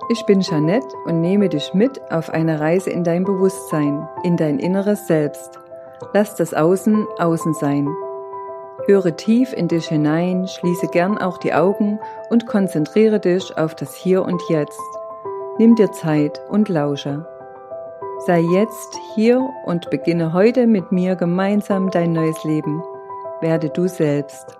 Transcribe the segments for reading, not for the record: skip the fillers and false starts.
Ich bin Jeanette und nehme dich mit auf eine Reise in dein Bewusstsein, in dein inneres Selbst. Lass das Außen außen sein. Höre tief in dich hinein, schließe gern auch die Augen und konzentriere dich auf das Hier und Jetzt. Nimm dir Zeit und lausche. Sei jetzt hier und beginne heute mit mir gemeinsam dein neues Leben. Werde du selbst.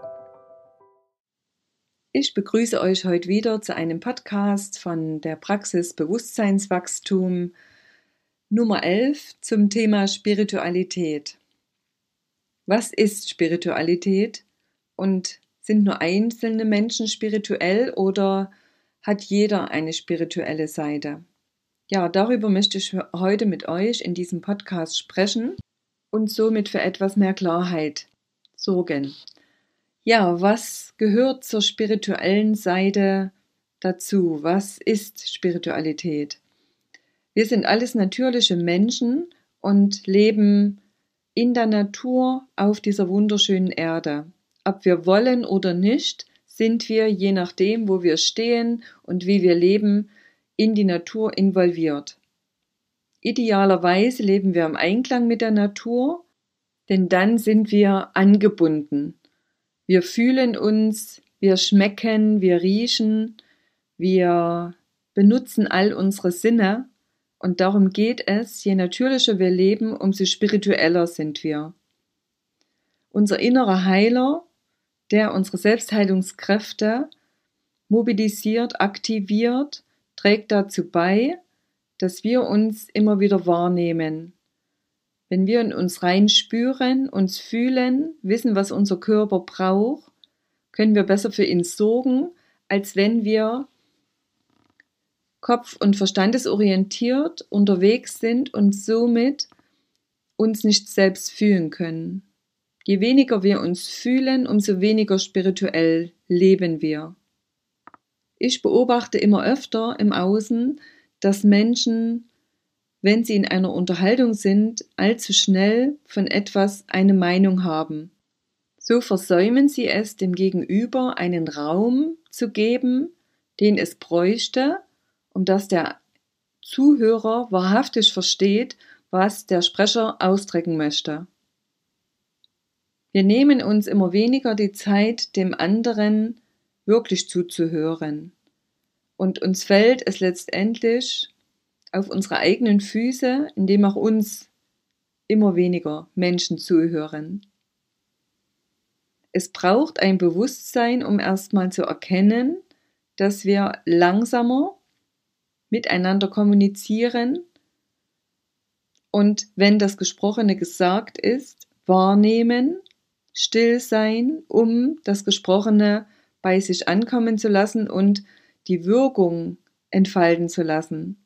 Ich begrüße euch heute wieder zu einem Podcast von der Praxis Bewusstseinswachstum Nummer 11 zum Thema Spiritualität. Was ist Spiritualität und sind nur einzelne Menschen spirituell oder hat jeder eine spirituelle Seite? Ja, darüber möchte ich heute mit euch in diesem Podcast sprechen und somit für etwas mehr Klarheit sorgen. Ja, was gehört zur spirituellen Seite dazu? Was ist Spiritualität? Wir sind alles natürliche Menschen und leben in der Natur auf dieser wunderschönen Erde. Ob wir wollen oder nicht, sind wir, je nachdem, wo wir stehen und wie wir leben, in die Natur involviert. Idealerweise leben wir im Einklang mit der Natur, denn dann sind wir angebunden. Wir fühlen uns, wir schmecken, wir riechen, wir benutzen all unsere Sinne und darum geht es, je natürlicher wir leben, umso spiritueller sind wir. Unser innerer Heiler, der unsere Selbstheilungskräfte mobilisiert, aktiviert, trägt dazu bei, dass wir uns immer wieder wahrnehmen. Wenn wir in uns rein spüren, uns fühlen, wissen, was unser Körper braucht, können wir besser für ihn sorgen, als wenn wir kopf- und verstandesorientiert unterwegs sind und somit uns nicht selbst fühlen können. Je weniger wir uns fühlen, umso weniger spirituell leben wir. Ich beobachte immer öfter im Außen, dass Menschen, wenn sie in einer Unterhaltung sind, allzu schnell von etwas eine Meinung haben. So versäumen sie es, dem Gegenüber einen Raum zu geben, den es bräuchte, um dass der Zuhörer wahrhaftig versteht, was der Sprecher ausdrücken möchte. Wir nehmen uns immer weniger die Zeit, dem anderen wirklich zuzuhören. Und uns fällt es letztendlich auf unsere eigenen Füße, indem auch uns immer weniger Menschen zuhören. Es braucht ein Bewusstsein, um erstmal zu erkennen, dass wir langsamer miteinander kommunizieren und wenn das Gesprochene gesagt ist, wahrnehmen, still sein, um das Gesprochene bei sich ankommen zu lassen und die Wirkung entfalten zu lassen.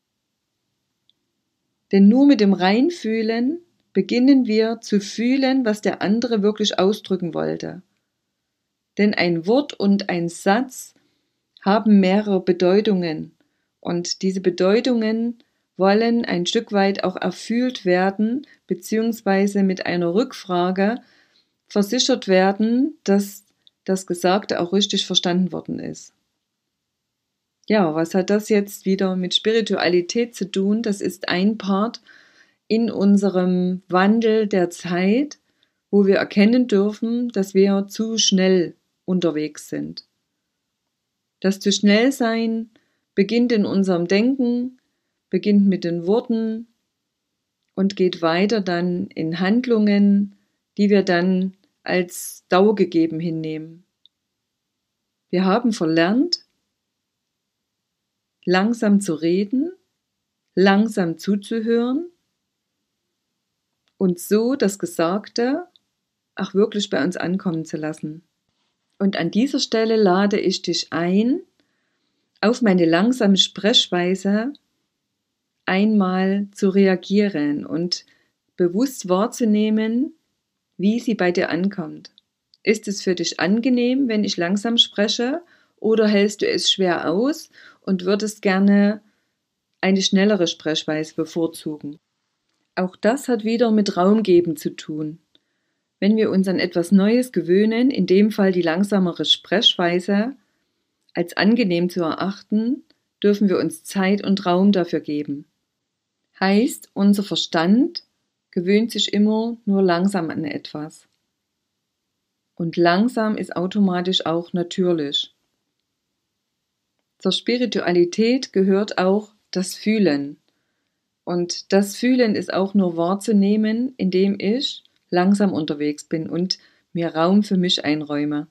Denn nur mit dem Reinfühlen beginnen wir zu fühlen, was der andere wirklich ausdrücken wollte. Denn ein Wort und ein Satz haben mehrere Bedeutungen und diese Bedeutungen wollen ein Stück weit auch erfüllt werden, beziehungsweise mit einer Rückfrage versichert werden, dass das Gesagte auch richtig verstanden worden ist. Ja, was hat das jetzt wieder mit Spiritualität zu tun? Das ist ein Part in unserem Wandel der Zeit, wo wir erkennen dürfen, dass wir zu schnell unterwegs sind. Das zu schnell sein beginnt in unserem Denken, beginnt mit den Worten und geht weiter dann in Handlungen, die wir dann als dauergegeben hinnehmen. Wir haben verlernt, langsam zu reden, langsam zuzuhören und so das Gesagte auch wirklich bei uns ankommen zu lassen. Und an dieser Stelle lade ich dich ein, auf meine langsame Sprechweise einmal zu reagieren und bewusst wahrzunehmen, wie sie bei dir ankommt. Ist es für dich angenehm, wenn ich langsam spreche, oder hältst du es schwer aus und würdest gerne eine schnellere Sprechweise bevorzugen? Auch das hat wieder mit Raumgeben zu tun. Wenn wir uns an etwas Neues gewöhnen, in dem Fall die langsamere Sprechweise, als angenehm zu erachten, dürfen wir uns Zeit und Raum dafür geben. Heißt, unser Verstand gewöhnt sich immer nur langsam an etwas. Und langsam ist automatisch auch natürlich. Zur Spiritualität gehört auch das Fühlen. Und das Fühlen ist auch nur wahrzunehmen, indem ich langsam unterwegs bin und mir Raum für mich einräume.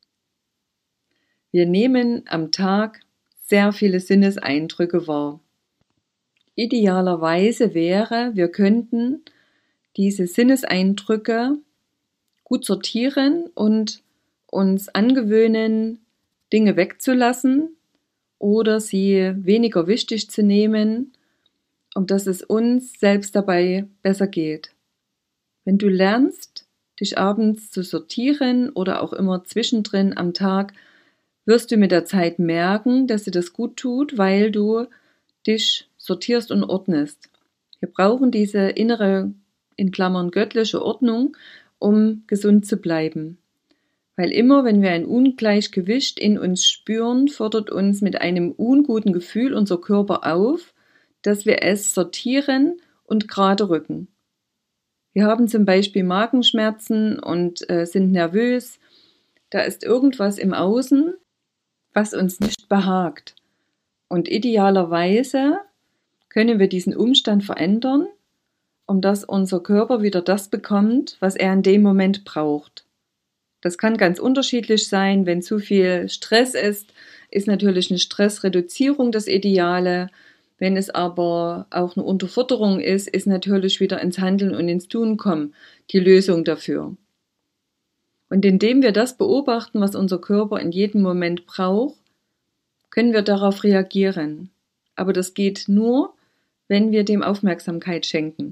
Wir nehmen am Tag sehr viele Sinneseindrücke wahr. Idealerweise wäre, wir könnten diese Sinneseindrücke gut sortieren und uns angewöhnen, Dinge wegzulassen oder sie weniger wichtig zu nehmen, dass es uns selbst dabei besser geht. Wenn du lernst, dich abends zu sortieren oder auch immer zwischendrin am Tag, wirst du mit der Zeit merken, dass dir das gut tut, weil du dich sortierst und ordnest. Wir brauchen diese innere, in Klammern göttliche Ordnung, um gesund zu bleiben. Weil immer, wenn wir ein Ungleichgewicht in uns spüren, fordert uns mit einem unguten Gefühl unser Körper auf, dass wir es sortieren und gerade rücken. Wir haben zum Beispiel Magenschmerzen und sind nervös. Da ist irgendwas im Außen, was uns nicht behagt. Und idealerweise können wir diesen Umstand verändern, dass unser Körper wieder das bekommt, was er in dem Moment braucht. Das kann ganz unterschiedlich sein. Wenn zu viel Stress ist natürlich eine Stressreduzierung das Ideale. Wenn es aber auch eine Unterfutterung ist natürlich wieder ins Handeln und ins Tun kommen die Lösung dafür. Und indem wir das beobachten, was unser Körper in jedem Moment braucht, können wir darauf reagieren. Aber das geht nur, wenn wir dem Aufmerksamkeit schenken.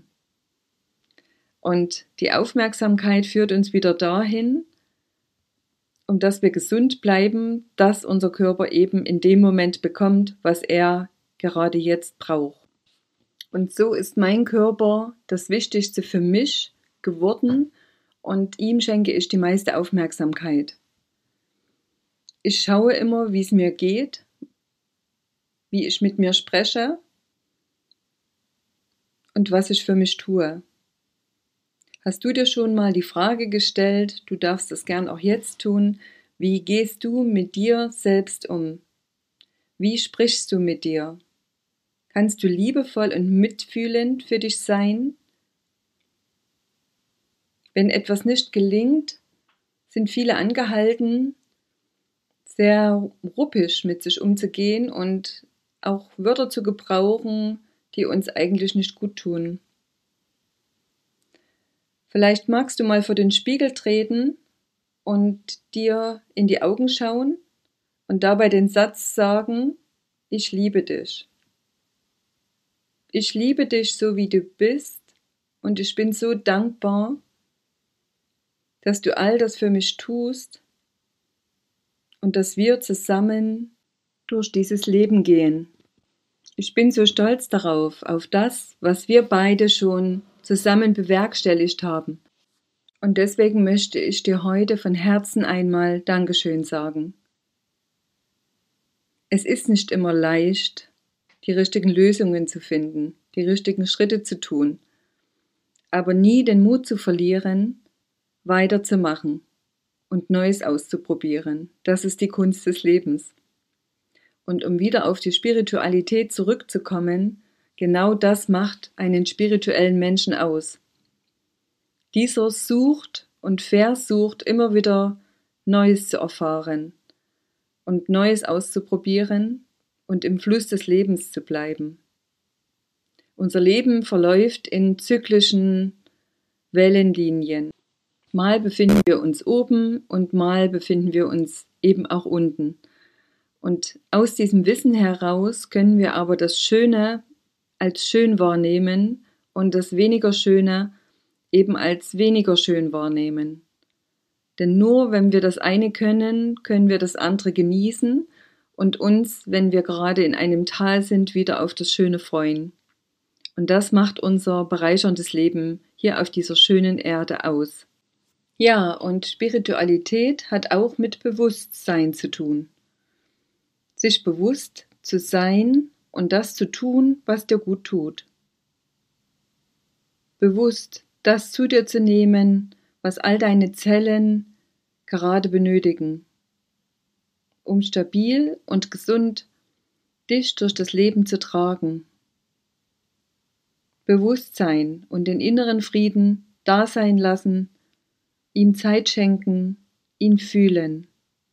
Und die Aufmerksamkeit führt uns wieder dahin, dass wir gesund bleiben, dass unser Körper eben in dem Moment bekommt, was er gerade jetzt braucht. Und so ist mein Körper das Wichtigste für mich geworden und ihm schenke ich die meiste Aufmerksamkeit. Ich schaue immer, wie es mir geht, wie ich mit mir spreche und was ich für mich tue. Hast du dir schon mal die Frage gestellt, du darfst das gern auch jetzt tun, wie gehst du mit dir selbst um? Wie sprichst du mit dir? Kannst du liebevoll und mitfühlend für dich sein? Wenn etwas nicht gelingt, sind viele angehalten, sehr ruppig mit sich umzugehen und auch Wörter zu gebrauchen, die uns eigentlich nicht gut tun. Vielleicht magst du mal vor den Spiegel treten und dir in die Augen schauen und dabei den Satz sagen, ich liebe dich. Ich liebe dich so wie du bist und ich bin so dankbar, dass du all das für mich tust und dass wir zusammen durch dieses Leben gehen. Ich bin so stolz darauf, auf das, was wir beide schon zusammen bewerkstelligt haben. Und deswegen möchte ich dir heute von Herzen einmal Dankeschön sagen. Es ist nicht immer leicht, die richtigen Lösungen zu finden, die richtigen Schritte zu tun, aber nie den Mut zu verlieren, weiterzumachen und Neues auszuprobieren. Das ist die Kunst des Lebens. Und um wieder auf die Spiritualität zurückzukommen, genau das macht einen spirituellen Menschen aus. Dieser sucht und versucht immer wieder Neues zu erfahren und Neues auszuprobieren und im Fluss des Lebens zu bleiben. Unser Leben verläuft in zyklischen Wellenlinien. Mal befinden wir uns oben und mal befinden wir uns eben auch unten. Und aus diesem Wissen heraus können wir aber das Schöne als schön wahrnehmen und das weniger Schöne eben als weniger schön wahrnehmen. Denn nur wenn wir das eine können, können wir das andere genießen und uns, wenn wir gerade in einem Tal sind, wieder auf das Schöne freuen. Und das macht unser bereicherndes Leben hier auf dieser schönen Erde aus. Ja, und Spiritualität hat auch mit Bewusstsein zu tun. Sich bewusst zu sein und das zu tun, was dir gut tut. Bewusst das zu dir zu nehmen, was all deine Zellen gerade benötigen, um stabil und gesund dich durch das Leben zu tragen. Bewusstsein und den inneren Frieden da sein lassen, ihm Zeit schenken, ihn fühlen.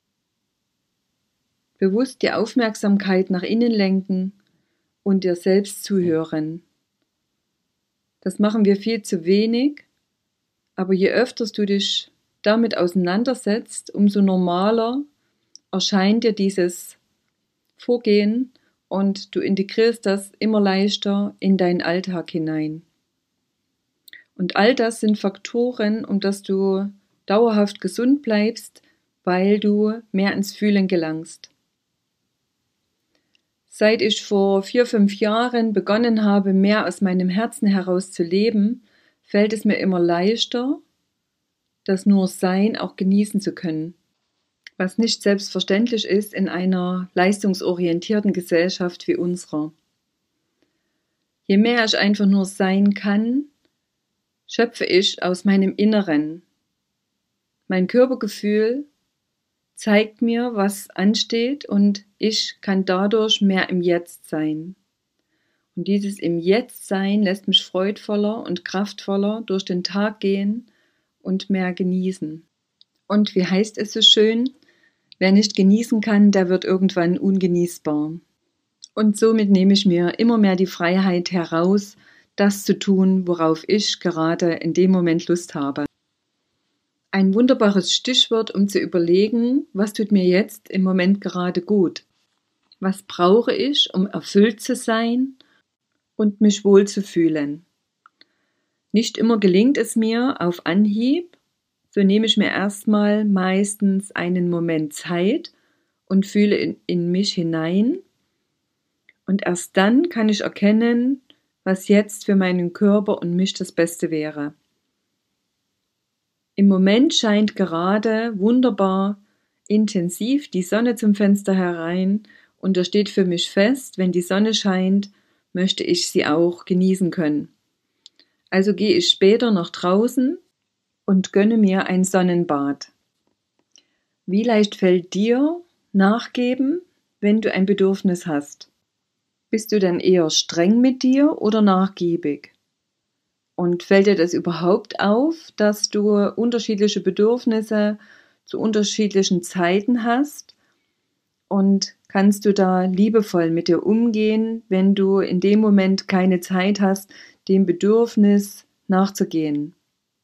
Bewusst die Aufmerksamkeit nach innen lenken und dir selbst zuhören. Das machen wir viel zu wenig, aber je öfter du dich damit auseinandersetzt, umso normaler erscheint dir dieses Vorgehen und du integrierst das immer leichter in deinen Alltag hinein. Und all das sind Faktoren, um dass du dauerhaft gesund bleibst, weil du mehr ins Fühlen gelangst. Seit ich vor 4-5 Jahren begonnen habe, mehr aus meinem Herzen heraus zu leben, fällt es mir immer leichter, das Nur-Sein auch genießen zu können. Was nicht selbstverständlich ist in einer leistungsorientierten Gesellschaft wie unserer. Je mehr ich einfach nur sein kann, schöpfe ich aus meinem Inneren. Mein Körpergefühl zeigt mir, was ansteht und ich kann dadurch mehr im Jetzt sein. Und dieses im Jetzt sein lässt mich freudvoller und kraftvoller durch den Tag gehen und mehr genießen. Und wie heißt es so schön? Wer nicht genießen kann, der wird irgendwann ungenießbar. Und somit nehme ich mir immer mehr die Freiheit heraus, das zu tun, worauf ich gerade in dem Moment Lust habe. Ein wunderbares Stichwort, um zu überlegen, was tut mir jetzt im Moment gerade gut? Was brauche ich, um erfüllt zu sein und mich wohlzufühlen? Nicht immer gelingt es mir auf Anhieb, so nehme ich mir erstmal meistens einen Moment Zeit und fühle in mich hinein. Und erst dann kann ich erkennen, was jetzt für meinen Körper und mich das Beste wäre. Im Moment scheint gerade wunderbar intensiv die Sonne zum Fenster herein und da steht für mich fest, wenn die Sonne scheint, möchte ich sie auch genießen können. Also gehe ich später nach draußen und gönne mir ein Sonnenbad. Wie leicht fällt dir nachgeben, wenn du ein Bedürfnis hast? Bist du dann eher streng mit dir oder nachgiebig? Und fällt dir das überhaupt auf, dass du unterschiedliche Bedürfnisse zu unterschiedlichen Zeiten hast? Und kannst du da liebevoll mit dir umgehen, wenn du in dem Moment keine Zeit hast, dem Bedürfnis nachzugehen?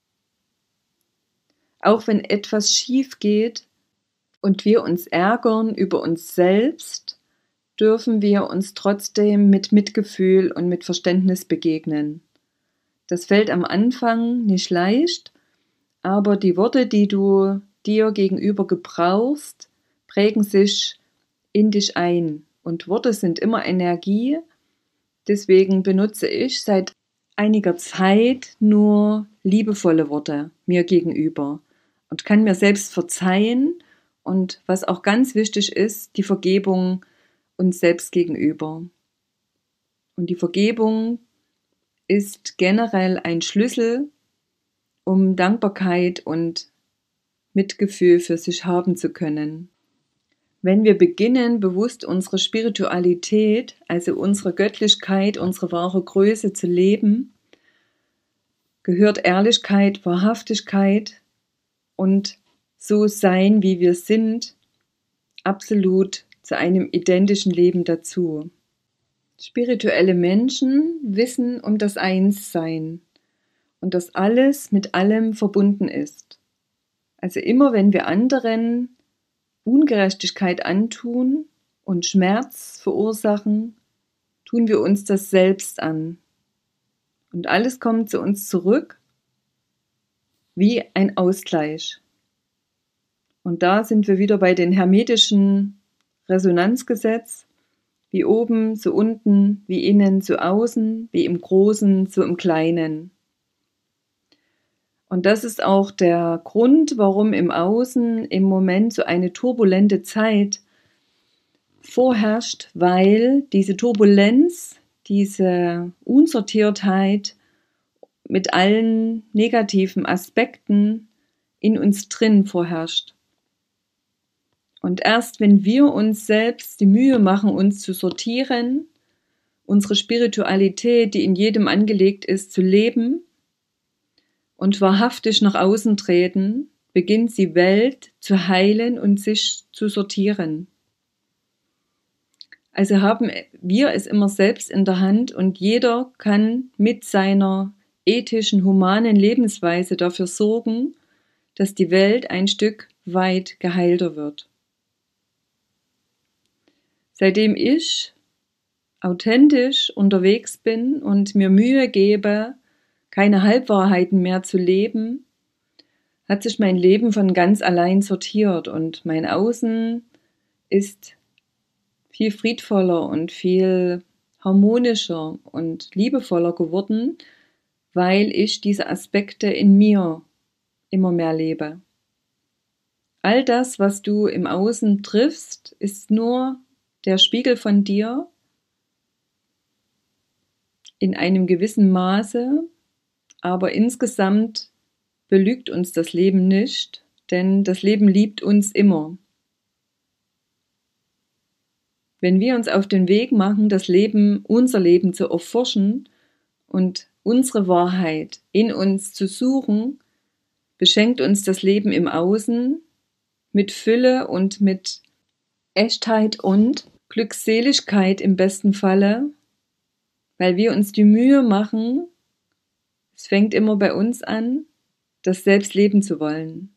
Auch wenn etwas schief geht und wir uns ärgern über uns selbst, dürfen wir uns trotzdem mit Mitgefühl und mit Verständnis begegnen. Das fällt am Anfang nicht leicht, aber die Worte, die du dir gegenüber gebrauchst, prägen sich in dich ein. Und Worte sind immer Energie, deswegen benutze ich seit einiger Zeit nur liebevolle Worte mir gegenüber und kann mir selbst verzeihen und was auch ganz wichtig ist, die Vergebung uns selbst gegenüber. Und die Vergebung ist generell ein Schlüssel, um Dankbarkeit und Mitgefühl für sich haben zu können. Wenn wir beginnen, bewusst unsere Spiritualität, also unsere Göttlichkeit, unsere wahre Größe zu leben, gehört Ehrlichkeit, Wahrhaftigkeit und so sein, wie wir sind, absolut zu einem identischen Leben dazu. Spirituelle Menschen wissen um das Einssein und dass alles mit allem verbunden ist. Also immer wenn wir anderen Ungerechtigkeit antun und Schmerz verursachen, tun wir uns das selbst an. Und alles kommt zu uns zurück wie ein Ausgleich. Und da sind wir wieder bei den hermetischen Resonanzgesetz. Wie oben, so unten, wie innen, so außen, wie im Großen, so im Kleinen. Und das ist auch der Grund, warum im Außen im Moment so eine turbulente Zeit vorherrscht, weil diese Turbulenz, diese Unsortiertheit mit allen negativen Aspekten in uns drin vorherrscht. Und erst wenn wir uns selbst die Mühe machen, uns zu sortieren, unsere Spiritualität, die in jedem angelegt ist, zu leben und wahrhaftig nach außen treten, beginnt die Welt zu heilen und sich zu sortieren. Also haben wir es immer selbst in der Hand und jeder kann mit seiner ethischen, humanen Lebensweise dafür sorgen, dass die Welt ein Stück weit geheilter wird. Seitdem ich authentisch unterwegs bin und mir Mühe gebe, keine Halbwahrheiten mehr zu leben, hat sich mein Leben von ganz allein sortiert und mein Außen ist viel friedvoller und viel harmonischer und liebevoller geworden, weil ich diese Aspekte in mir immer mehr lebe. All das, was du im Außen triffst, ist nur der Spiegel von dir in einem gewissen Maße, aber insgesamt belügt uns das Leben nicht, denn das Leben liebt uns immer. Wenn wir uns auf den Weg machen, unser Leben zu erforschen und unsere Wahrheit in uns zu suchen, beschenkt uns das Leben im Außen mit Fülle und mit Echtheit und Glückseligkeit im besten Falle, weil wir uns die Mühe machen, es fängt immer bei uns an, das selbst leben zu wollen.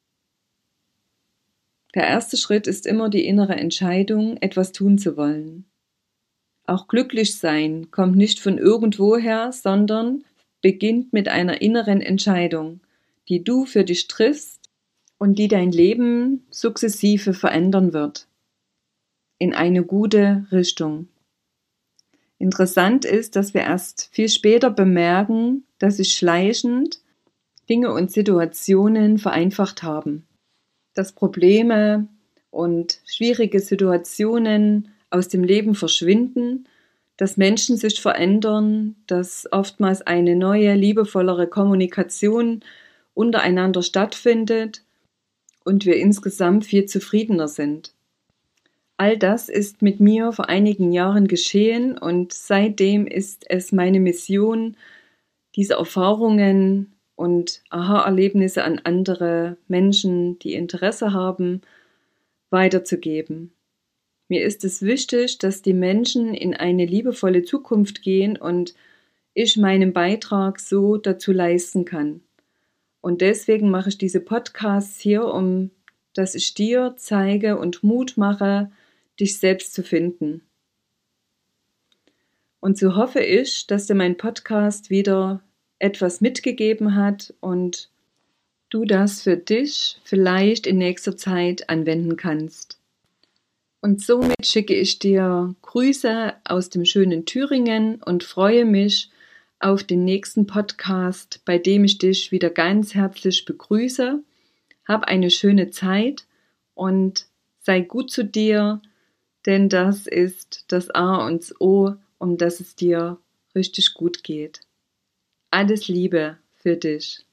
Der erste Schritt ist immer die innere Entscheidung, etwas tun zu wollen. Auch glücklich sein kommt nicht von irgendwoher, sondern beginnt mit einer inneren Entscheidung, die du für dich triffst und die dein Leben sukzessive verändern wird. In eine gute Richtung. Interessant ist, dass wir erst viel später bemerken, dass sich schleichend Dinge und Situationen vereinfacht haben. Dass Probleme und schwierige Situationen aus dem Leben verschwinden, dass Menschen sich verändern, dass oftmals eine neue, liebevollere Kommunikation untereinander stattfindet und wir insgesamt viel zufriedener sind. All das ist mit mir vor einigen Jahren geschehen und seitdem ist es meine Mission, diese Erfahrungen und Aha-Erlebnisse an andere Menschen, die Interesse haben, weiterzugeben. Mir ist es wichtig, dass die Menschen in eine liebevolle Zukunft gehen und ich meinen Beitrag so dazu leisten kann. Und deswegen mache ich diese Podcasts hier, dass ich dir zeige und Mut mache, dich selbst zu finden. Und so hoffe ich, dass dir mein Podcast wieder etwas mitgegeben hat und du das für dich vielleicht in nächster Zeit anwenden kannst. Und somit schicke ich dir Grüße aus dem schönen Thüringen und freue mich auf den nächsten Podcast, bei dem ich dich wieder ganz herzlich begrüße. Hab eine schöne Zeit und sei gut zu dir, denn das ist das A und das O, um das es dir richtig gut geht. Alles Liebe für dich.